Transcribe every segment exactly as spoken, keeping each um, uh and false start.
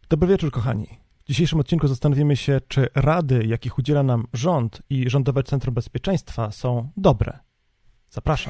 Dobry wieczór, kochani. W dzisiejszym odcinku zastanowimy się, czy rady, jakich udziela nam rząd i Rządowe Centrum Bezpieczeństwa są dobre. Zapraszam.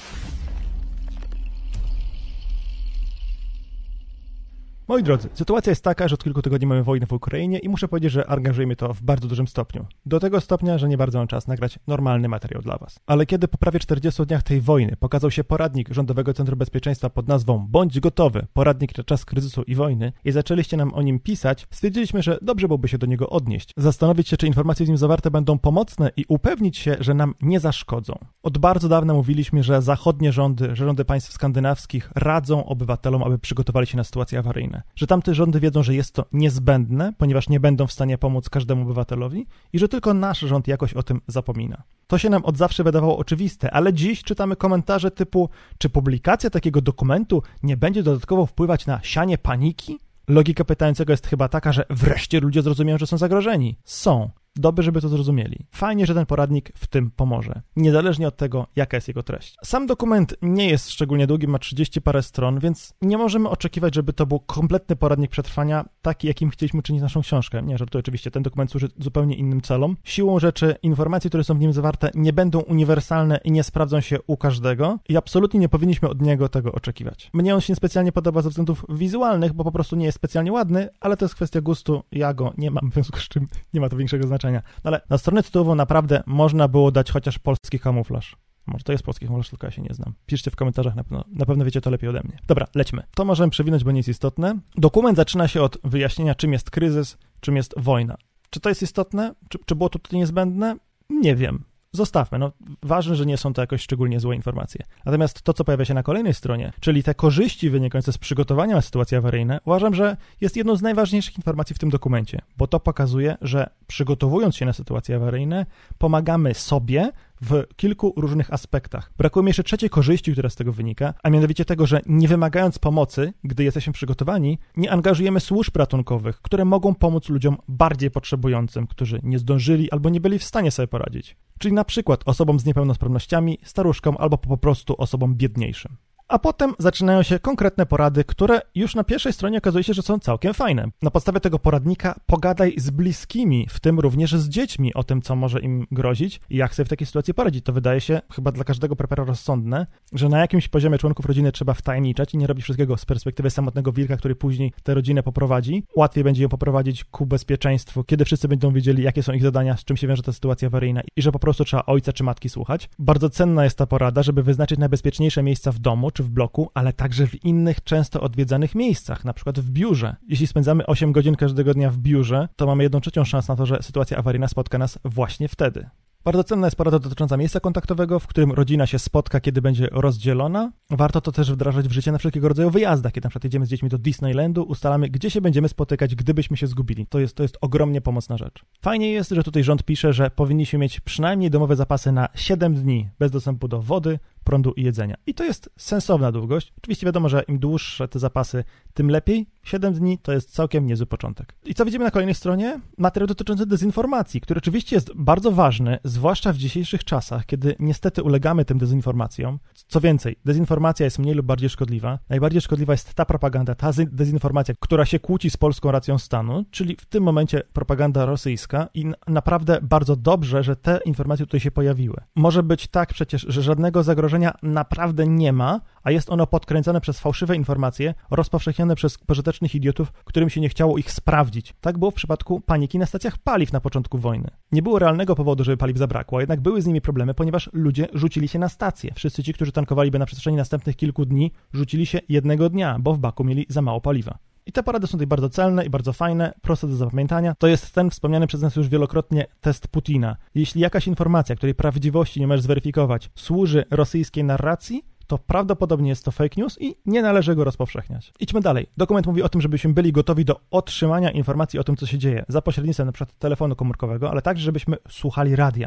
Moi drodzy, sytuacja jest taka, że od kilku tygodni mamy wojnę w Ukrainie i muszę powiedzieć, że angażuje mnie to w bardzo dużym stopniu. Do tego stopnia, że nie bardzo mam czas nagrać normalny materiał dla was. Ale kiedy po prawie czterdziestu dniach tej wojny pokazał się poradnik Rządowego Centrum Bezpieczeństwa pod nazwą Bądź gotowy, poradnik na czas kryzysu i wojny i zaczęliście nam o nim pisać, stwierdziliśmy, że dobrze byłoby się do niego odnieść, zastanowić się, czy informacje w nim zawarte będą pomocne i upewnić się, że nam nie zaszkodzą. Od bardzo dawna mówiliśmy, że zachodnie rządy, że rządy państw skandynawskich radzą obywatelom, aby przygotowali się na sytuacje awaryjne. Że tamte rządy wiedzą, że jest to niezbędne, ponieważ nie będą w stanie pomóc każdemu obywatelowi i że tylko nasz rząd jakoś o tym zapomina. To się nam od zawsze wydawało oczywiste, ale dziś czytamy komentarze typu, czy publikacja takiego dokumentu nie będzie dodatkowo wpływać na sianie paniki? Logika pytającego jest chyba taka, że wreszcie ludzie zrozumieją, że są zagrożeni. Są. Dobrze, żeby to zrozumieli. Fajnie, że ten poradnik w tym pomoże, niezależnie od tego, jaka jest jego treść. Sam dokument nie jest szczególnie długi, ma trzydzieści parę stron, więc nie możemy oczekiwać, żeby to był kompletny poradnik przetrwania, taki, jakim chcieliśmy czynić naszą książkę. Nie, żartuję oczywiście, ten dokument służy zupełnie innym celom. Siłą rzeczy informacje, które są w nim zawarte, nie będą uniwersalne i nie sprawdzą się u każdego i absolutnie nie powinniśmy od niego tego oczekiwać. Mnie on się niespecjalnie podoba ze względów wizualnych, bo po prostu nie jest specjalnie ładny, ale to jest kwestia gustu, ja go nie mam, w związku z czym nie ma to większego znaczenia. No ale na stronę tytułową naprawdę można było dać chociaż polski kamuflaż. Może to jest polski kamuflaż, tylko ja się nie znam. Piszcie w komentarzach, na pewno, na pewno wiecie to lepiej ode mnie. Dobra, lećmy. To możemy przewinąć, bo nie jest istotne. Dokument zaczyna się od wyjaśnienia, czym jest kryzys, czym jest wojna. Czy to jest istotne? Czy, czy było to tutaj niezbędne? Nie wiem. Zostawmy, no ważne, że nie są to jakoś szczególnie złe informacje. Natomiast to, co pojawia się na kolejnej stronie, czyli te korzyści wynikające z przygotowania na sytuacje awaryjne, uważam, że jest jedną z najważniejszych informacji w tym dokumencie, bo to pokazuje, że przygotowując się na sytuacje awaryjne, pomagamy sobie w kilku różnych aspektach. Brakuje mi jeszcze trzeciej korzyści, która z tego wynika, a mianowicie tego, że nie wymagając pomocy, gdy jesteśmy przygotowani, nie angażujemy służb ratunkowych, które mogą pomóc ludziom bardziej potrzebującym, którzy nie zdążyli albo nie byli w stanie sobie poradzić. Czyli na przykład osobom z niepełnosprawnościami, staruszkom albo po prostu osobom biedniejszym. A potem zaczynają się konkretne porady, które już na pierwszej stronie okazuje się, że są całkiem fajne. Na podstawie tego poradnika pogadaj z bliskimi, w tym również z dziećmi, o tym, co może im grozić i jak sobie w takiej sytuacji poradzić. To wydaje się chyba dla każdego prepara rozsądne, że na jakimś poziomie członków rodziny trzeba wtajemniczać i nie robić wszystkiego z perspektywy samotnego wilka, który później tę rodzinę poprowadzi. Łatwiej będzie ją poprowadzić ku bezpieczeństwu, kiedy wszyscy będą wiedzieli, jakie są ich zadania, z czym się wiąże ta sytuacja awaryjna i że po prostu trzeba ojca czy matki słuchać. Bardzo cenna jest ta porada, żeby wyznaczyć najbezpieczniejsze miejsca w domu czy w bloku, ale także w innych często odwiedzanych miejscach, na przykład w biurze. Jeśli spędzamy osiem godzin każdego dnia w biurze, to mamy jedną trzecią szans na to, że sytuacja awaryjna spotka nas właśnie wtedy. Bardzo cenna jest porada dotycząca miejsca kontaktowego, w którym rodzina się spotka, kiedy będzie rozdzielona. Warto to też wdrażać w życie na wszelkiego rodzaju wyjazdach. Kiedy na przykład jedziemy z dziećmi do Disneylandu, ustalamy, gdzie się będziemy spotykać, gdybyśmy się zgubili. To jest, to jest ogromnie pomocna rzecz. Fajnie jest, że tutaj rząd pisze, że powinniśmy mieć przynajmniej domowe zapasy na siedem dni bez dostępu do wody, prądu i jedzenia. I to jest sensowna długość. Oczywiście wiadomo, że im dłuższe te zapasy, tym lepiej. siedem dni to jest całkiem niezły początek. I co widzimy na kolejnej stronie? Materiał dotyczący dezinformacji, który oczywiście jest bardzo ważny, zwłaszcza w dzisiejszych czasach, kiedy niestety ulegamy tym dezinformacjom. Co więcej, dezinformacja jest mniej lub bardziej szkodliwa. Najbardziej szkodliwa jest ta propaganda, ta dezinformacja, która się kłóci z polską racją stanu, czyli w tym momencie propaganda rosyjska i naprawdę bardzo dobrze, że te informacje tutaj się pojawiły. Może być tak przecież, że żadnego zagrożenia naprawdę nie ma, a jest ono podkręcone przez fałszywe informacje rozpowszechnione przez pożytecznych idiotów, którym się nie chciało ich sprawdzić. Tak było w przypadku paniki na stacjach paliw na początku wojny. Nie było realnego powodu, żeby paliw zabrakło, a jednak były z nimi problemy, ponieważ ludzie rzucili się na stację. Wszyscy ci, którzy tankowaliby na przestrzeni następnych kilku dni, rzucili się jednego dnia, bo w baku mieli za mało paliwa. I te porady są tutaj bardzo celne i bardzo fajne, proste do zapamiętania. To jest ten wspomniany przez nas już wielokrotnie test Putina. Jeśli jakaś informacja, której prawdziwości nie możesz zweryfikować, służy rosyjskiej narracji, to prawdopodobnie jest to fake news i nie należy go rozpowszechniać. Idźmy dalej. Dokument mówi o tym, żebyśmy byli gotowi do otrzymania informacji o tym, co się dzieje, za pośrednictwem np. telefonu komórkowego, ale także, żebyśmy słuchali radia.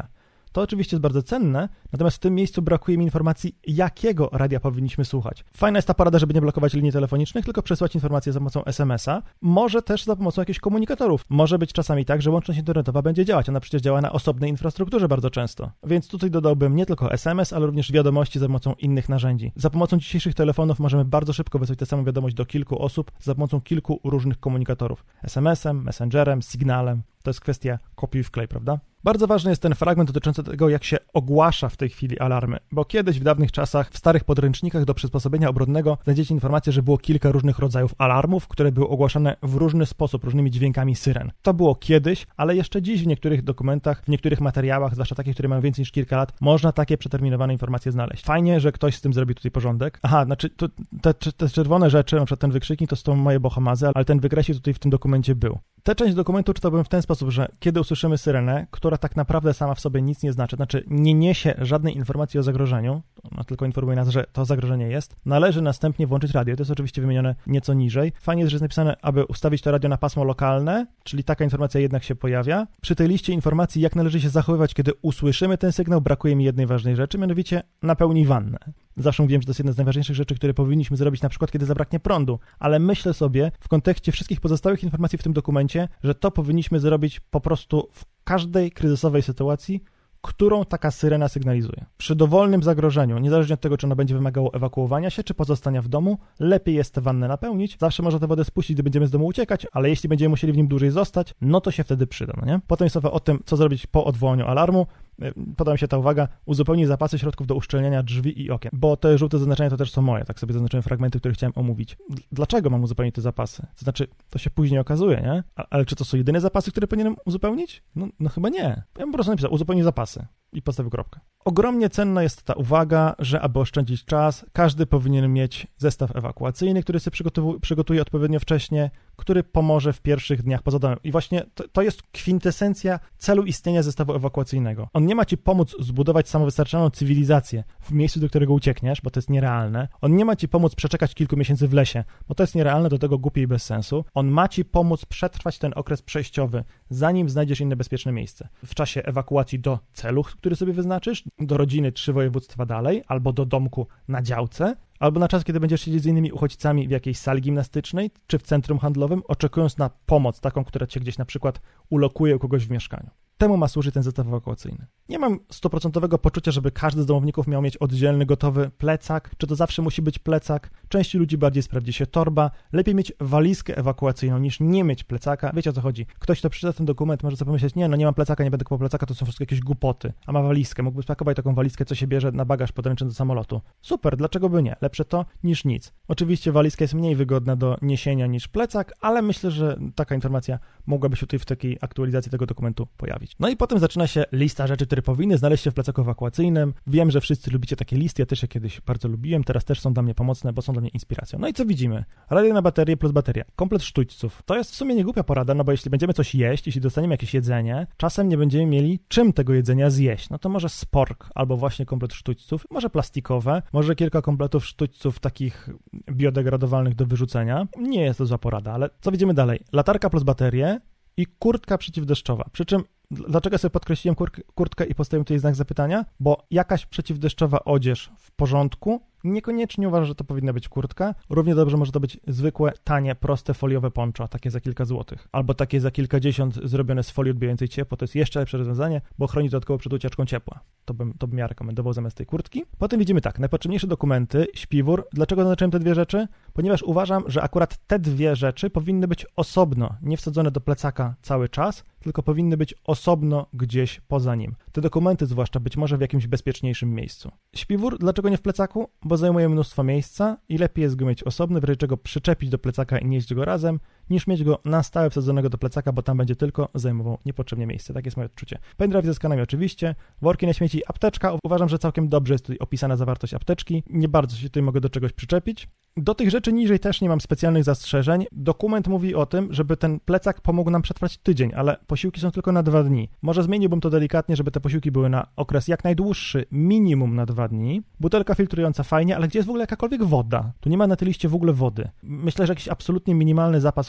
To oczywiście jest bardzo cenne, natomiast w tym miejscu brakuje mi informacji, jakiego radia powinniśmy słuchać. Fajna jest ta porada, żeby nie blokować linii telefonicznych, tylko przesyłać informacje za pomocą es em es a, może też za pomocą jakichś komunikatorów. Może być czasami tak, że łączność internetowa będzie działać, ona przecież działa na osobnej infrastrukturze bardzo często. Więc tutaj dodałbym nie tylko es em es, ale również wiadomości za pomocą innych narzędzi. Za pomocą dzisiejszych telefonów możemy bardzo szybko wysłać tę samą wiadomość do kilku osób za pomocą kilku różnych komunikatorów. es em es em, messengerem, signalem. To jest kwestia kopiuj wklej, prawda? Bardzo ważny jest ten fragment dotyczący tego, jak się ogłasza w tej chwili alarmy, bo kiedyś w dawnych czasach w starych podręcznikach do przysposobienia obronnego znajdziecie informację, że było kilka różnych rodzajów alarmów, które były ogłaszane w różny sposób, różnymi dźwiękami syren. To było kiedyś, ale jeszcze dziś w niektórych dokumentach, w niektórych materiałach, zwłaszcza takich, które mają więcej niż kilka lat, można takie przeterminowane informacje znaleźć. Fajnie, że ktoś z tym zrobi tutaj porządek. Aha, znaczy to, te, te czerwone rzeczy, na przykład ten wykrzyknik, to są moje bohamazy, ale ten wykresik tutaj w tym dokumencie był. Tę część dokumentu czytałbym w ten sposób, że kiedy usłyszymy syrenę, która tak naprawdę sama w sobie nic nie znaczy, znaczy nie niesie żadnej informacji o zagrożeniu, ona tylko informuje nas, że to zagrożenie jest, należy następnie włączyć radio. To jest oczywiście wymienione nieco niżej. Fajnie jest, że jest napisane, aby ustawić to radio na pasmo lokalne, czyli taka informacja jednak się pojawia. Przy tej liście informacji, jak należy się zachowywać, kiedy usłyszymy ten sygnał, brakuje mi jednej ważnej rzeczy, mianowicie napełnij wannę. Zawsze mówiłem, że to jest jedna z najważniejszych rzeczy, które powinniśmy zrobić, na przykład kiedy zabraknie prądu, ale myślę sobie w kontekście wszystkich pozostałych informacji w tym dokumencie, że to powinniśmy zrobić po prostu w każdej kryzysowej sytuacji, którą taka syrena sygnalizuje. Przy dowolnym zagrożeniu, niezależnie od tego, czy ono będzie wymagało ewakuowania się, czy pozostania w domu, lepiej jest tę wannę napełnić. Zawsze można tę wodę spuścić, gdy będziemy z domu uciekać, ale jeśli będziemy musieli w nim dłużej zostać, no to się wtedy przyda, no nie? Potem jest mowa o tym, co zrobić po odwołaniu alarmu. Podoba mi się ta uwaga, uzupełnij zapasy środków do uszczelniania drzwi i okien, bo te żółte zaznaczenia to też są moje, tak sobie zaznaczyłem fragmenty, które chciałem omówić. Dlaczego mam uzupełnić te zapasy? To znaczy, to się później okazuje, nie? A, ale czy to są jedyne zapasy, które powinienem uzupełnić? No, no chyba nie. Ja bym po prostu napisał, uzupełnij zapasy i postawił kropkę. Ogromnie cenna jest ta uwaga, że aby oszczędzić czas, każdy powinien mieć zestaw ewakuacyjny, który sobie przygotowu- przygotuje odpowiednio wcześnie, który pomoże w pierwszych dniach poza domem. I właśnie to, to jest kwintesencja celu istnienia zestawu ewakuacyjnego. On nie ma ci pomóc zbudować samowystarczalną cywilizację w miejscu, do którego uciekniesz, bo to jest nierealne. On nie ma ci pomóc przeczekać kilku miesięcy w lesie, bo to jest nierealne, do tego głupie i bez sensu. On ma ci pomóc przetrwać ten okres przejściowy, zanim znajdziesz inne bezpieczne miejsce. W czasie ewakuacji do celu, który sobie wyznaczysz, do rodziny trzy województwa dalej, albo do domku na działce, albo na czas, kiedy będziesz siedzieć z innymi uchodźcami w jakiejś sali gimnastycznej, czy w centrum handlowym, oczekując na pomoc, taką, która cię gdzieś na przykład ulokuje u kogoś w mieszkaniu. Temu ma służyć ten zestaw ewakuacyjny. Nie mam stuprocentowego poczucia, żeby każdy z domowników miał mieć oddzielny, gotowy plecak, czy to zawsze musi być plecak. Części ludzi bardziej sprawdzi się torba. Lepiej mieć walizkę ewakuacyjną niż nie mieć plecaka. Wiecie, o co chodzi? Ktoś, kto przeczyta ten dokument, może sobie pomyśleć, nie, no nie mam plecaka, nie będę kupował plecaka, to są wszystko jakieś głupoty. A ma walizkę, mógłby spakować taką walizkę, co się bierze na bagaż podręczny do samolotu. Super, dlaczego by nie? Lepsze to niż nic. Oczywiście walizka jest mniej wygodna do niesienia niż plecak, ale myślę, że taka informacja mogłaby się tutaj w takiej aktualizacji tego dokumentu pojawić. No i potem zaczyna się lista rzeczy, które powinny znaleźć się w plecaku ewakuacyjnym. Wiem, że wszyscy lubicie takie listy, ja też je kiedyś bardzo lubiłem, teraz też są dla mnie pomocne, bo są dla mnie inspiracją. No i co widzimy? Radio na baterię plus bateria. Komplet sztućców. To jest w sumie niegłupia porada, no bo jeśli będziemy coś jeść, jeśli dostaniemy jakieś jedzenie, czasem nie będziemy mieli czym tego jedzenia zjeść. No to może spork albo właśnie komplet sztućców, może plastikowe, może kilka kompletów sztućców takich biodegradowalnych do wyrzucenia. Nie jest to zła porada, ale co widzimy dalej? Latarka plus baterie i kurtka przeciwdeszczowa. Przy czym dlaczego sobie podkreśliłem kur- kurtkę i postawiłem tutaj znak zapytania? Bo jakaś przeciwdeszczowa odzież w porządku, niekoniecznie uważam, że to powinna być kurtka. Równie dobrze może to być zwykłe, tanie, proste, foliowe poncho, takie za kilka złotych. Albo takie za kilkadziesiąt zrobione z folii odbijającej ciepło. To jest jeszcze lepsze rozwiązanie, bo chroni dodatkowo przed ucieczką ciepła. To bym, to bym ja rekomendował zamiast tej kurtki. Potem widzimy tak, najpotrzebniejsze dokumenty, śpiwór. Dlaczego zaznaczyłem te dwie rzeczy? Ponieważ uważam, że akurat te dwie rzeczy powinny być osobno, nie wsadzone do plecaka cały czas, tylko powinny być osobno gdzieś poza nim. Te dokumenty zwłaszcza być może w jakimś bezpieczniejszym miejscu. Śpiwór, dlaczego nie w plecaku? Bo zajmuje mnóstwo miejsca i lepiej jest go mieć osobny, w razie czego przyczepić do plecaka i nieść go razem, niż mieć go na stałe wsadzonego do plecaka, bo tam będzie tylko zajmował niepotrzebnie miejsce. Tak jest moje odczucie. Pendrive ze skanami oczywiście, worki na śmieci, apteczka. Uważam, że całkiem dobrze jest tutaj opisana zawartość apteczki. Nie bardzo się tutaj mogę do czegoś przyczepić. Do tych rzeczy niżej też nie mam specjalnych zastrzeżeń. Dokument mówi o tym, żeby ten plecak pomógł nam przetrwać tydzień, ale posiłki są tylko na dwa dni. Może zmieniłbym to delikatnie, żeby te posiłki były na okres jak najdłuższy, minimum na dwa dni. Butelka filtrująca fajnie, ale gdzie jest w ogóle jakakolwiek woda? Tu nie ma na tej liście w ogóle wody. Myślę, że jakiś absolutnie minimalny zapas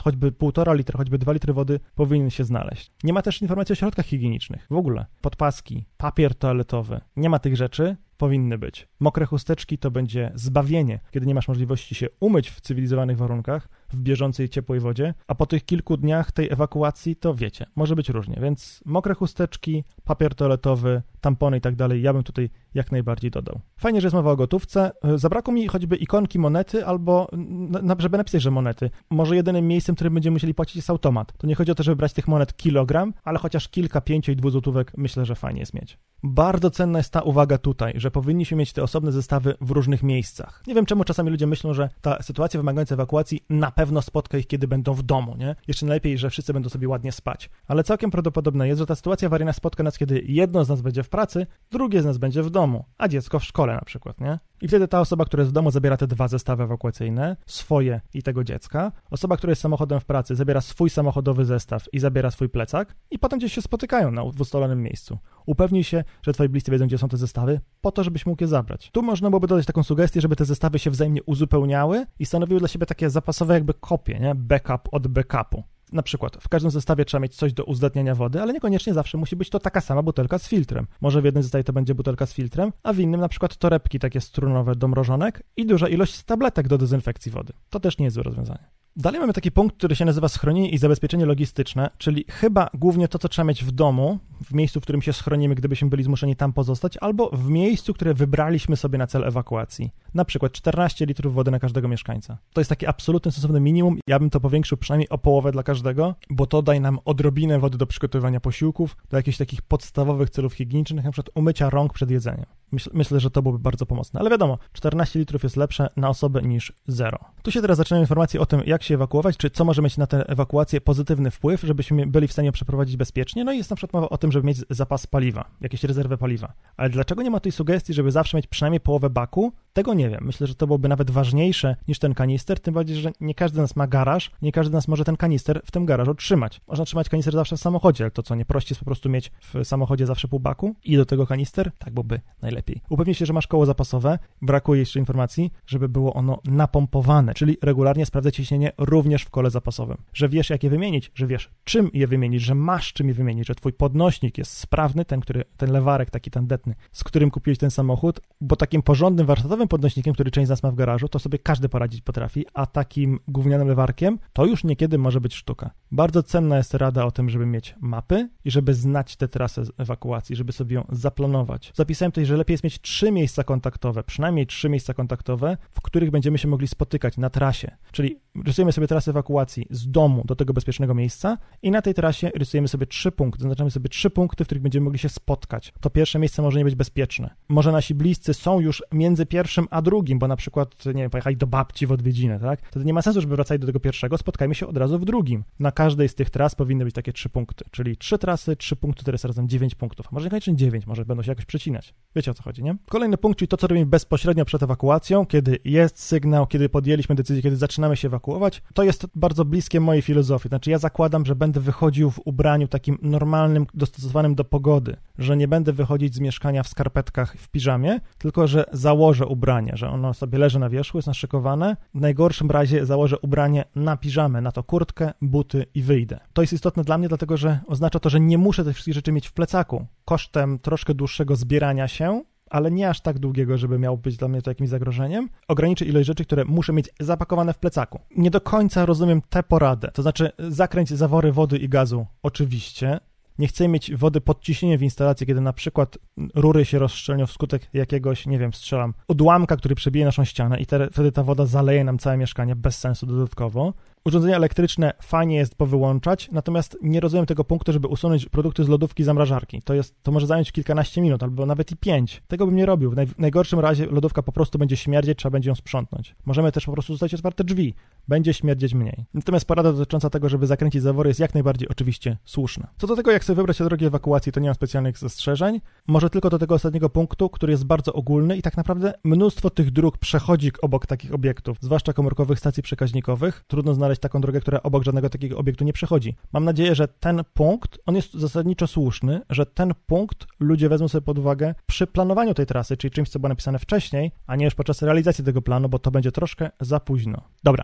choćby półtora litra, choćby dwa litry wody powinien się znaleźć. Nie ma też informacji o środkach higienicznych. W ogóle podpaski, papier toaletowy, nie ma tych rzeczy, powinny być. Mokre chusteczki to będzie zbawienie, kiedy nie masz możliwości się umyć w cywilizowanych warunkach, w bieżącej, ciepłej wodzie, a po tych kilku dniach tej ewakuacji to wiecie, może być różnie, więc mokre chusteczki, papier toaletowy, tampony i tak dalej, ja bym tutaj jak najbardziej dodał. Fajnie, że jest mowa o gotówce. Zabrakło mi choćby ikonki monety albo, na, żeby napisać, że monety. Może jedynym miejscem, którym będziemy musieli płacić jest automat. To nie chodzi o to, żeby brać tych monet kilogram, ale chociaż kilka pięcio- i dwuzłotówek myślę, że fajnie jest mieć. Bardzo cenna jest ta uwaga tutaj, że powinniśmy mieć te osobne zestawy w różnych miejscach. Nie wiem, czemu czasami ludzie myślą, że ta sytuacja wymagająca ewakuacji na pewno spotka ich, kiedy będą w domu, nie? Jeszcze najlepiej, że wszyscy będą sobie ładnie spać. Ale całkiem prawdopodobne jest, że ta sytuacja awaryjna spotka nas, kiedy jedno z nas będzie w pracy, drugie z nas będzie w domu, a dziecko w szkole na przykład, nie? I wtedy ta osoba, która jest w domu, zabiera te dwa zestawy ewakuacyjne, swoje i tego dziecka. Osoba, która jest samochodem w pracy, zabiera swój samochodowy zestaw i zabiera swój plecak i potem gdzieś się spotykają na, w ustalonym miejscu. Upewnij się, że twoi bliscy wiedzą, gdzie są te zestawy, po to, żebyś mógł je zabrać. Tu można byłoby dodać taką sugestię, żeby te zestawy się wzajemnie uzupełniały i stanowiły dla siebie takie zapasowe jakby kopie, nie? Backup od backupu. Na przykład w każdym zestawie trzeba mieć coś do uzdatniania wody, ale niekoniecznie zawsze musi być to taka sama butelka z filtrem. Może w jednym zestawie to będzie butelka z filtrem, a w innym na przykład torebki takie strunowe do mrożonek i duża ilość tabletek do dezynfekcji wody. To też nie jest złe rozwiązanie. Dalej mamy taki punkt, który się nazywa schronienie i zabezpieczenie logistyczne, czyli chyba głównie to, co trzeba mieć w domu, w miejscu, w którym się schronimy, gdybyśmy byli zmuszeni tam pozostać, albo w miejscu, które wybraliśmy sobie na cel ewakuacji. Na przykład czternaście litrów wody na każdego mieszkańca. To jest takie absolutne, stosowne minimum. Ja bym to powiększył przynajmniej o połowę dla każdego, bo to daje nam odrobinę wody do przygotowywania posiłków, do jakichś takich podstawowych celów higienicznych, na przykład umycia rąk przed jedzeniem. Myśl, myślę, że to byłoby bardzo pomocne. Ale wiadomo, czternaście litrów jest lepsze na osobę niż zero. Tu się teraz zaczynają informacje o tym, jak się ewakuować, czy co może mieć na tę ewakuację pozytywny wpływ, żebyśmy byli w stanie przeprowadzić bezpiecznie. No i jest na przykład mowa o tym, żeby mieć zapas paliwa, jakieś rezerwę paliwa. Ale dlaczego nie ma tej sugestii, żeby zawsze mieć przynajmniej połowę baku? Tego nie wiem. Myślę, że to byłoby nawet ważniejsze niż ten kanister, tym bardziej, że nie każdy z nas ma garaż, nie każdy z nas może ten kanister w tym garażu trzymać. Można trzymać kanister zawsze w samochodzie, ale to co, nie prościej jest po prostu mieć w samochodzie zawsze pół baku i do tego kanister? Tak byłoby najlepiej. Upewnij się, że masz koło zapasowe, brakuje jeszcze informacji, żeby było ono napompowane, czyli regularnie sprawdzać ciśnienie również w kole zapasowym. Że wiesz, jak je wymienić, że wiesz, czym je wymienić, że masz czym je wymienić, że twój podnośnik jest sprawny, ten, który, ten lewarek taki tandetny, z którym kupiłeś ten samochód, bo takim porządnym warsztatowym podnośnikiem, który część z nas ma w garażu, to sobie każdy poradzić potrafi, a takim gównianym lewarkiem to już niekiedy może być sztuka. Bardzo cenna jest rada o tym, żeby mieć mapy i żeby znać tę trasę ewakuacji, żeby sobie ją zaplanować. Zapisałem tutaj, że lepiej jest mieć trzy miejsca kontaktowe, przynajmniej trzy miejsca kontaktowe, w których będziemy się mogli spotykać na trasie. Czyli rysujemy sobie trasę ewakuacji z domu do tego bezpiecznego miejsca i na tej trasie rysujemy sobie trzy punkty, zaznaczamy sobie trzy punkty, w których będziemy mogli się spotkać. To pierwsze miejsce może nie być bezpieczne. Może nasi bliscy są już między pierwszym a drugim, bo na przykład, nie wiem, pojechali do babci w odwiedziny, tak? Wtedy nie ma sensu, żeby wracali do tego pierwszego, spotkajmy się od razu w drugim. Na każdej z tych tras powinny być takie trzy punkty, czyli trzy trasy, trzy punkty, to jest razem dziewięć punktów. A może niekoniecznie dziewięć, może będą się jakoś przecinać. Wiecie, o co chodzi, nie? Kolejny punkt, czyli to, co robimy bezpośrednio przed ewakuacją, kiedy jest sygnał, kiedy podjęliśmy decyzję, kiedy zaczynamy się ewakuować, to jest bardzo bliskie mojej filozofii. Znaczy ja zakładam, że będę wychodził w ubraniu takim normalnym, dostosowanym do pogody, że nie będę wychodzić z mieszkania w skarpetkach w piżamie, tylko że założę ubranie, że ono sobie leży na wierzchu, jest naszykowane. W najgorszym razie założę ubranie na piżamę, na to kurtkę, buty i wyjdę. To jest istotne dla mnie, dlatego że oznacza to, że nie muszę tych wszystkich rzeczy mieć w plecaku. Kosztem troszkę dłuższego zbierania się, ale nie aż tak długiego, żeby miało być dla mnie to jakimś zagrożeniem, ograniczy ilość rzeczy, które muszę mieć zapakowane w plecaku. Nie do końca rozumiem tę poradę, to znaczy zakręć zawory wody i gazu, oczywiście. Nie chcę mieć wody pod ciśnieniem w instalacji, kiedy na przykład rury się rozszczelnią wskutek jakiegoś, nie wiem, strzelam, odłamka, który przebije naszą ścianę i te, wtedy ta woda zaleje nam całe mieszkanie bez sensu dodatkowo. Urządzenia elektryczne fajnie jest powyłączać, natomiast nie rozumiem tego punktu, żeby usunąć produkty z lodówki i zamrażarki. To jest, to może zająć kilkanaście minut, albo nawet i pięć. Tego bym nie robił. W, naj, w najgorszym razie lodówka po prostu będzie śmierdzieć, trzeba będzie ją sprzątnąć. Możemy też po prostu zostawić otwarte drzwi. Będzie śmierdzieć mniej. Natomiast porada dotycząca tego, żeby zakręcić zawory, jest jak najbardziej oczywiście słuszna. Co do tego, jak sobie wybrać się drogi ewakuacji, to nie mam specjalnych zastrzeżeń. Może tylko do tego ostatniego punktu, który jest bardzo ogólny i tak naprawdę mnóstwo tych dróg przechodzi obok takich obiektów, zwłaszcza komórkowych stacji przekaźnikowych. Trudno znaleźć taką drogę, która obok żadnego takiego obiektu nie przechodzi. Mam nadzieję, że ten punkt, on jest zasadniczo słuszny, że ten punkt ludzie wezmą sobie pod uwagę przy planowaniu tej trasy, czyli czymś, co było napisane wcześniej, a nie już podczas realizacji tego planu, bo to będzie troszkę za późno. Dobra.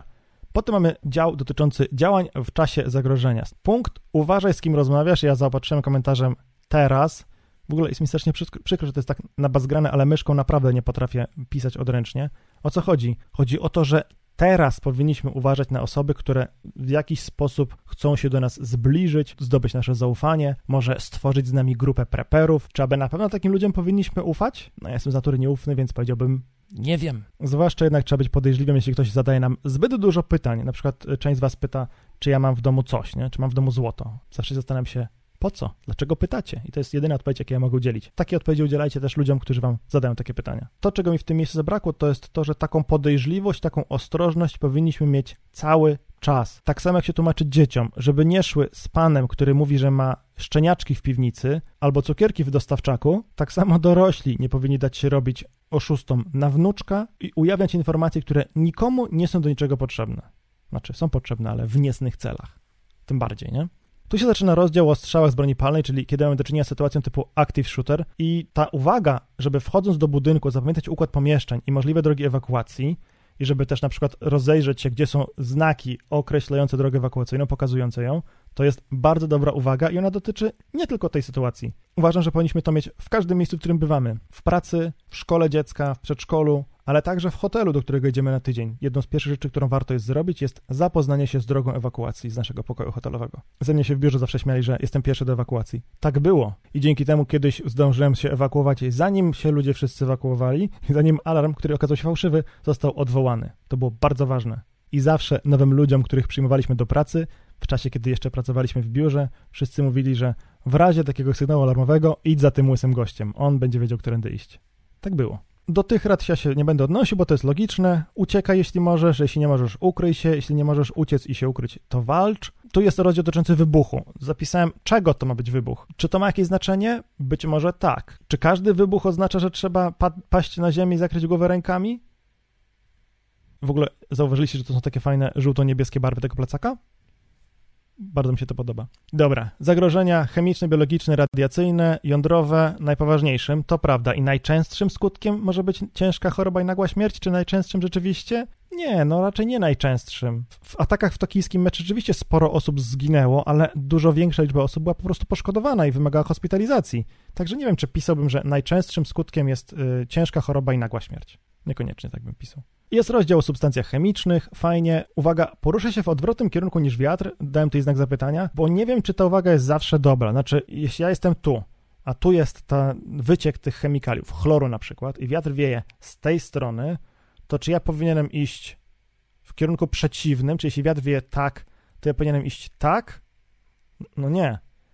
Potem mamy dział dotyczący działań w czasie zagrożenia. Punkt uważaj, z kim rozmawiasz. Ja zaopatrzyłem komentarzem teraz. W ogóle jest mi strasznie przykro, że to jest tak nabazgrane, ale myszką naprawdę nie potrafię pisać odręcznie. O co chodzi? Chodzi o to, że teraz powinniśmy uważać na osoby, które w jakiś sposób chcą się do nas zbliżyć, zdobyć nasze zaufanie, może stworzyć z nami grupę preperów. Czy aby na pewno takim ludziom powinniśmy ufać? No ja jestem z natury nieufny, więc powiedziałbym nie wiem. Zwłaszcza jednak trzeba być podejrzliwym, jeśli ktoś zadaje nam zbyt dużo pytań. Na przykład część z was pyta, czy ja mam w domu coś, nie? Czy mam w domu złoto. Zawsze zastanawiam się, po co? Dlaczego pytacie? I to jest jedyna odpowiedź, jaką ja mogę udzielić. Takie odpowiedzi udzielajcie też ludziom, którzy wam zadają takie pytania. To, czego mi w tym miejscu zabrakło, to jest to, że taką podejrzliwość, taką ostrożność powinniśmy mieć cały czas. Tak samo jak się tłumaczy dzieciom, żeby nie szły z panem, który mówi, że ma szczeniaczki w piwnicy albo cukierki w dostawczaku, tak samo dorośli nie powinni dać się robić oszustom na wnuczka i ujawniać informacje, które nikomu nie są do niczego potrzebne. Znaczy, są potrzebne, ale w niecnych celach. Tym bardziej, nie? Tu się zaczyna rozdział o strzałach z broni palnej, czyli kiedy mamy do czynienia z sytuacją typu active shooter i ta uwaga, żeby wchodząc do budynku zapamiętać układ pomieszczeń i możliwe drogi ewakuacji i żeby też na przykład rozejrzeć się, gdzie są znaki określające drogę ewakuacyjną, pokazujące ją, to jest bardzo dobra uwaga i ona dotyczy nie tylko tej sytuacji. Uważam, że powinniśmy to mieć w każdym miejscu, w którym bywamy. W pracy, w szkole dziecka, w przedszkolu, ale także w hotelu, do którego idziemy na tydzień. Jedną z pierwszych rzeczy, którą warto jest zrobić, jest zapoznanie się z drogą ewakuacji z naszego pokoju hotelowego. Ze mnie się w biurze zawsze śmiali, że jestem pierwszy do ewakuacji. Tak było. I dzięki temu kiedyś zdążyłem się ewakuować, zanim się ludzie wszyscy ewakuowali, zanim alarm, który okazał się fałszywy, został odwołany. To było bardzo ważne. I zawsze nowym ludziom, których przyjmowaliśmy do pracy, w czasie, kiedy jeszcze pracowaliśmy w biurze, wszyscy mówili, że w razie takiego sygnału alarmowego idź za tym łysym gościem. On będzie wiedział, którędy iść. Tak było. Do tych rad ja się nie będę odnosił, bo to jest logiczne. Uciekaj, jeśli możesz, jeśli nie możesz, ukryj się, jeśli nie możesz uciec i się ukryć, to walcz. Tu jest rozdział dotyczący wybuchu. Zapisałem, czego to ma być wybuch. Czy to ma jakieś znaczenie? Być może tak. Czy każdy wybuch oznacza, że trzeba pa- paść na ziemię i zakryć głowę rękami? W ogóle zauważyliście, że to są takie fajne żółto-niebieskie barwy tego plecaka? Bardzo mi się to podoba. Dobra, zagrożenia chemiczne, biologiczne, radiacyjne, jądrowe, najpoważniejszym, to prawda. I najczęstszym skutkiem może być ciężka choroba i nagła śmierć, czy najczęstszym rzeczywiście? Nie, no raczej nie najczęstszym. W atakach w tokijskim meczu rzeczywiście sporo osób zginęło, ale dużo większa liczba osób była po prostu poszkodowana i wymagała hospitalizacji. Także nie wiem, czy pisałbym, że najczęstszym skutkiem jest y, ciężka choroba i nagła śmierć. Niekoniecznie tak bym pisał. Jest rozdział o substancjach chemicznych, fajnie. Uwaga, poruszę się w odwrotnym kierunku niż wiatr, dałem tutaj znak zapytania, bo nie wiem, czy ta uwaga jest zawsze dobra. Znaczy, jeśli ja jestem tu, a tu jest ta wyciek tych chemikaliów, chloru na przykład, i wiatr wieje z tej strony, to czy ja powinienem iść w kierunku przeciwnym, czy jeśli wiatr wieje tak, to ja powinienem iść tak? No nie.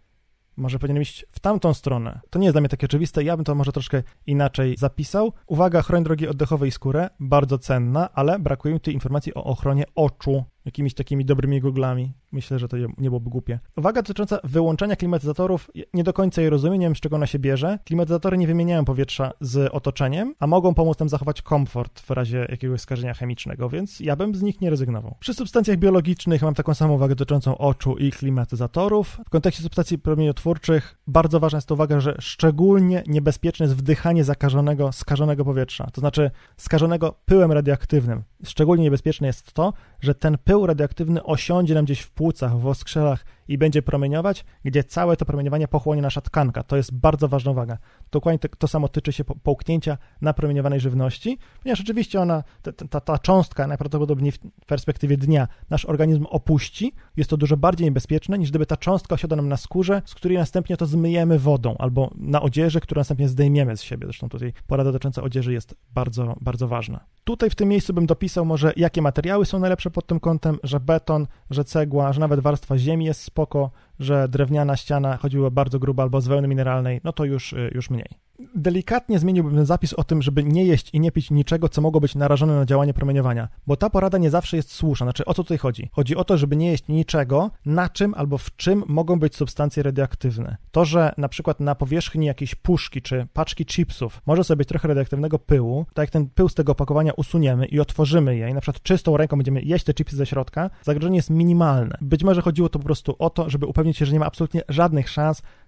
Może powinienem iść w tamtą stronę. To nie jest dla mnie takie oczywiste, ja bym to może troszkę inaczej zapisał. Uwaga, chroń drogi oddechowe i skórę, bardzo cenna, ale brakuje mi tu informacji o ochronie oczu, jakimiś takimi dobrymi googlami. Myślę, że to nie byłoby głupie. Uwaga dotycząca wyłączania klimatyzatorów, nie do końca je rozumiem, nie wiem, z czego ona się bierze. Klimatyzatory nie wymieniają powietrza z otoczeniem, a mogą pomóc nam zachować komfort w razie jakiegoś skażenia chemicznego, więc ja bym z nich nie rezygnował. Przy substancjach biologicznych mam taką samą uwagę dotyczącą oczu i klimatyzatorów. W kontekście substancji promieniotwórczych bardzo ważna jest to uwaga, że szczególnie niebezpieczne jest wdychanie zakażonego, skażonego powietrza, to znaczy skażonego pyłem radioaktywnym. Szczególnie niebezpieczne jest to, że ten pył radioaktywny osiądzie nam gdzieś w płucach, w oskrzelach i będzie promieniować, gdzie całe to promieniowanie pochłonie nasza tkanka. To jest bardzo ważna uwaga. Dokładnie to, to samo tyczy się połknięcia napromieniowanej żywności, ponieważ oczywiście ona, ta, ta, ta cząstka najprawdopodobniej w perspektywie dnia nasz organizm opuści. Jest to dużo bardziej niebezpieczne, niż gdyby ta cząstka osiadła nam na skórze, z której następnie to zmyjemy wodą, albo na odzieży, którą następnie zdejmiemy z siebie. Zresztą tutaj porada dotycząca odzieży jest bardzo, bardzo ważna. Tutaj w tym miejscu bym dopisał może, jakie materiały są najlepsze pod tym kątem, że beton, że cegła, że nawet warstwa ziemi jest spoko, że drewniana ściana, choćby bardzo gruba albo z wełny mineralnej, no to już, już mniej. Delikatnie zmieniłbym zapis o tym, żeby nie jeść i nie pić niczego, co mogło być narażone na działanie promieniowania, bo ta porada nie zawsze jest słuszna. Znaczy, o co tutaj chodzi? Chodzi o to, żeby nie jeść niczego, na czym albo w czym mogą być substancje radioaktywne. To, że na przykład na powierzchni jakiejś puszki czy paczki chipsów może sobie być trochę radioaktywnego pyłu, tak jak ten pył z tego opakowania usuniemy i otworzymy je i na przykład czystą ręką będziemy jeść te chipsy ze środka, zagrożenie jest minimalne. Być może chodziło to po prostu o to, żeby upewnić się, że nie ma absolutnie żadnych szans,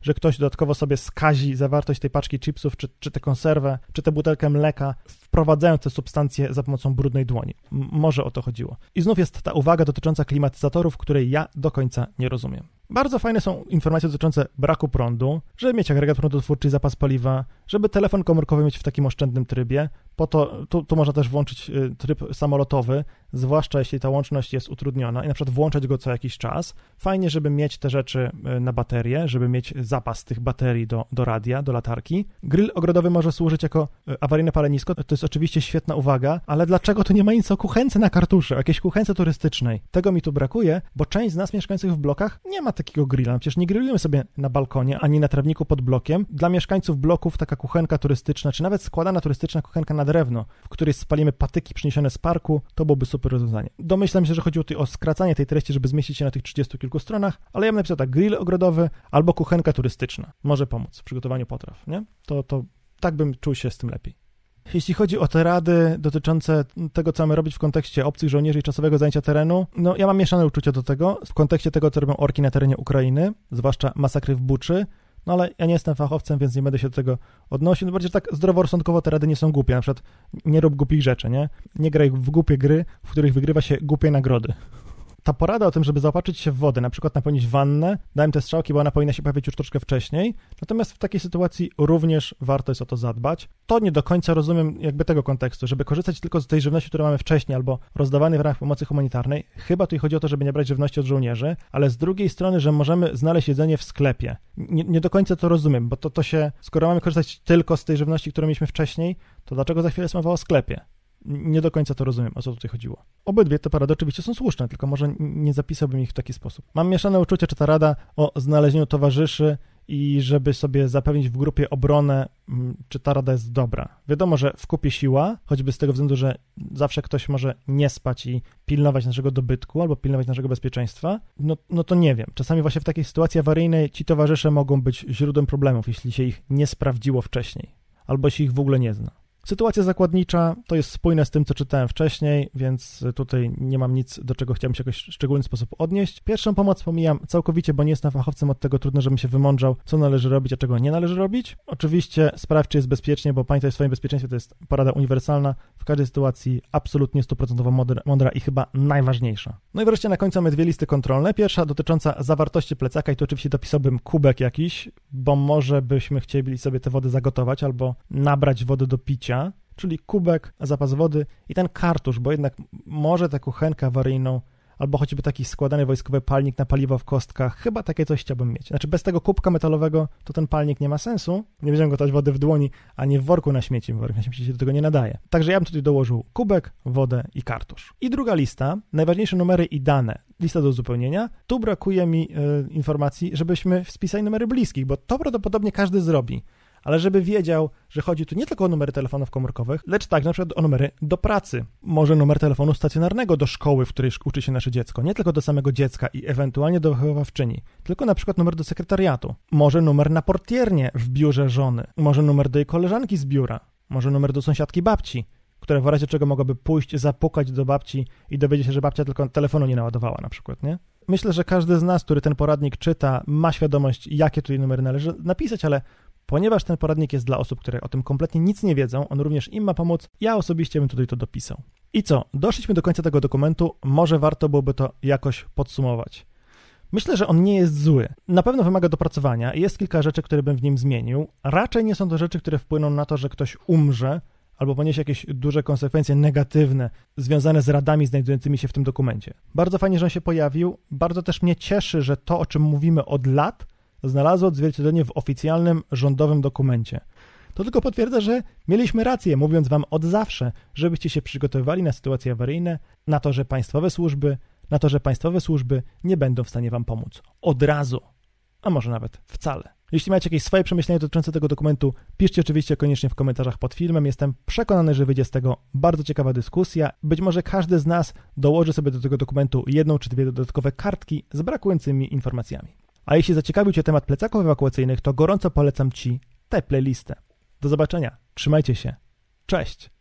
że ktoś dodatkowo sobie skazi zawartość tej paczki chipsów, czy, czy tę konserwę, czy tę butelkę mleka, wprowadzając te substancje za pomocą brudnej dłoni. M- może o to chodziło. I znów jest ta uwaga dotycząca klimatyzatorów, której ja do końca nie rozumiem. Bardzo fajne są informacje dotyczące braku prądu, żeby mieć agregat prądotwórczy i zapas paliwa, żeby telefon komórkowy mieć w takim oszczędnym trybie. Po to, tu, tu można też włączyć tryb samolotowy, zwłaszcza jeśli ta łączność jest utrudniona i na przykład włączać go co jakiś czas. Fajnie, żeby mieć te rzeczy na baterię, żeby mieć zapas tych baterii do, do radia, do latarki. Grill ogrodowy może służyć jako awaryjne palenisko, to jest oczywiście świetna uwaga, ale dlaczego tu nie ma nic o kuchence na kartusze, o jakiejś kuchence turystycznej? Tego mi tu brakuje, bo część z nas mieszkających w blokach nie ma takiego grilla. Przecież nie grillujemy sobie na balkonie, ani na trawniku pod blokiem. Dla mieszkańców bloków taka kuchenka turystyczna, czy nawet składana turystyczna kuchenka na drewno, w której spalimy patyki przyniesione z parku, to byłoby super rozwiązanie. Domyślam się, że chodziło tutaj o skracanie tej treści, żeby zmieścić się na tych trzydziestu kilku stronach, ale ja bym napisał tak, grill ogrodowy albo kuchenka turystyczna. Może pomóc w przygotowaniu potraw, nie? To, to tak bym czuł się z tym lepiej. Jeśli chodzi o te rady dotyczące tego, co mamy robić w kontekście obcych żołnierzy i czasowego zajęcia terenu, no ja mam mieszane uczucia do tego, w kontekście tego, co robią orki na terenie Ukrainy, zwłaszcza masakry w Buczy, no ale ja nie jestem fachowcem, więc nie będę się do tego odnosił. No bardziej, że tak zdroworozsądkowo te rady nie są głupie. Na przykład nie rób głupich rzeczy, nie? Nie graj w głupie gry, w których wygrywa się głupie nagrody. Ta porada o tym, żeby zaopatrzyć się w wodę, na przykład napełnić wannę, dałem te strzałki, bo ona powinna się pojawić już troszkę wcześniej, natomiast w takiej sytuacji również warto jest o to zadbać. To nie do końca rozumiem jakby tego kontekstu, żeby korzystać tylko z tej żywności, którą mamy wcześniej albo rozdawanej w ramach pomocy humanitarnej. Chyba tutaj chodzi o to, żeby nie brać żywności od żołnierzy, ale z drugiej strony, że możemy znaleźć jedzenie w sklepie. Nie, nie do końca to rozumiem, bo to, to się, skoro mamy korzystać tylko z tej żywności, którą mieliśmy wcześniej, to dlaczego za chwilę jest mowa o sklepie? Nie do końca to rozumiem, o co tutaj chodziło. Obydwie te porady oczywiście są słuszne, tylko może nie zapisałbym ich w taki sposób. Mam mieszane uczucie, czy ta rada o znalezieniu towarzyszy i żeby sobie zapewnić w grupie obronę, czy ta rada jest dobra. Wiadomo, że w kupie siła, choćby z tego względu, że zawsze ktoś może nie spać i pilnować naszego dobytku albo pilnować naszego bezpieczeństwa, no, no to nie wiem. Czasami właśnie w takiej sytuacji awaryjnej ci towarzysze mogą być źródłem problemów, jeśli się ich nie sprawdziło wcześniej, albo się ich w ogóle nie zna. Sytuacja zakładnicza to jest spójne z tym, co czytałem wcześniej, więc tutaj nie mam nic, do czego chciałem się jakoś w szczególny sposób odnieść. Pierwszą pomoc pomijam całkowicie, bo nie jestem fachowcem, od tego trudno, żebym się wymądrzał, co należy robić, a czego nie należy robić. Oczywiście sprawdź, czy jest bezpiecznie, bo pamiętaj o swoim bezpieczeństwie, to jest porada uniwersalna, w każdej sytuacji absolutnie stuprocentowo mądra i chyba najważniejsza. No i wreszcie na końcu mamy dwie listy kontrolne. Pierwsza dotycząca zawartości plecaka i tu oczywiście dopisałbym kubek jakiś, bo może byśmy chcieli sobie tę wodę zagotować albo nabrać wody do picia, czyli kubek, zapas wody i ten kartusz, bo jednak może tę kuchenkę awaryjną albo choćby taki składany wojskowy palnik na paliwo w kostkach, chyba takie coś chciałbym mieć. Znaczy bez tego kubka metalowego to ten palnik nie ma sensu, nie będziemy gotować wody w dłoni, a nie w worku na śmieci, bo worek na śmieci się do tego nie nadaje. Także ja bym tutaj dołożył kubek, wodę i kartusz. I druga lista, najważniejsze numery i dane, lista do uzupełnienia. Tu brakuje mi y, informacji, żebyśmy spisali numery bliskich, bo to prawdopodobnie każdy zrobi. Ale żeby wiedział, że chodzi tu nie tylko o numery telefonów komórkowych, lecz także na przykład o numery do pracy. Może numer telefonu stacjonarnego do szkoły, w której uczy się nasze dziecko. Nie tylko do samego dziecka i ewentualnie do wychowawczyni, tylko na przykład numer do sekretariatu. Może numer na portiernię w biurze żony. Może numer do jej koleżanki z biura. Może numer do sąsiadki babci, która w razie czego mogłaby pójść, zapukać do babci i dowiedzieć się, że babcia tylko telefonu nie naładowała na przykład, nie? Myślę, że każdy z nas, który ten poradnik czyta, ma świadomość, jakie tutaj numery należy napisać, ale ponieważ ten poradnik jest dla osób, które o tym kompletnie nic nie wiedzą, on również im ma pomóc, ja osobiście bym tutaj to dopisał. I co? Doszliśmy do końca tego dokumentu, może warto byłoby to jakoś podsumować. Myślę, że on nie jest zły. Na pewno wymaga dopracowania i jest kilka rzeczy, które bym w nim zmienił. Raczej nie są to rzeczy, które wpłyną na to, że ktoś umrze albo poniesie jakieś duże konsekwencje negatywne związane z radami znajdującymi się w tym dokumencie. Bardzo fajnie, że on się pojawił. Bardzo też mnie cieszy, że to, o czym mówimy od lat, znalazło odzwierciedlenie w oficjalnym rządowym dokumencie. To tylko potwierdza, że mieliśmy rację, mówiąc wam od zawsze, żebyście się przygotowywali na sytuacje awaryjne, na to, że państwowe służby, na to, że państwowe służby nie będą w stanie wam pomóc. Od razu. A może nawet wcale. Jeśli macie jakieś swoje przemyślenia dotyczące tego dokumentu, piszcie oczywiście koniecznie w komentarzach pod filmem. Jestem przekonany, że wyjdzie z tego bardzo ciekawa dyskusja. Być może każdy z nas dołoży sobie do tego dokumentu jedną czy dwie dodatkowe kartki z brakującymi informacjami. A jeśli zaciekawił cię temat plecaków ewakuacyjnych, to gorąco polecam ci tę playlistę. Do zobaczenia. Trzymajcie się. Cześć.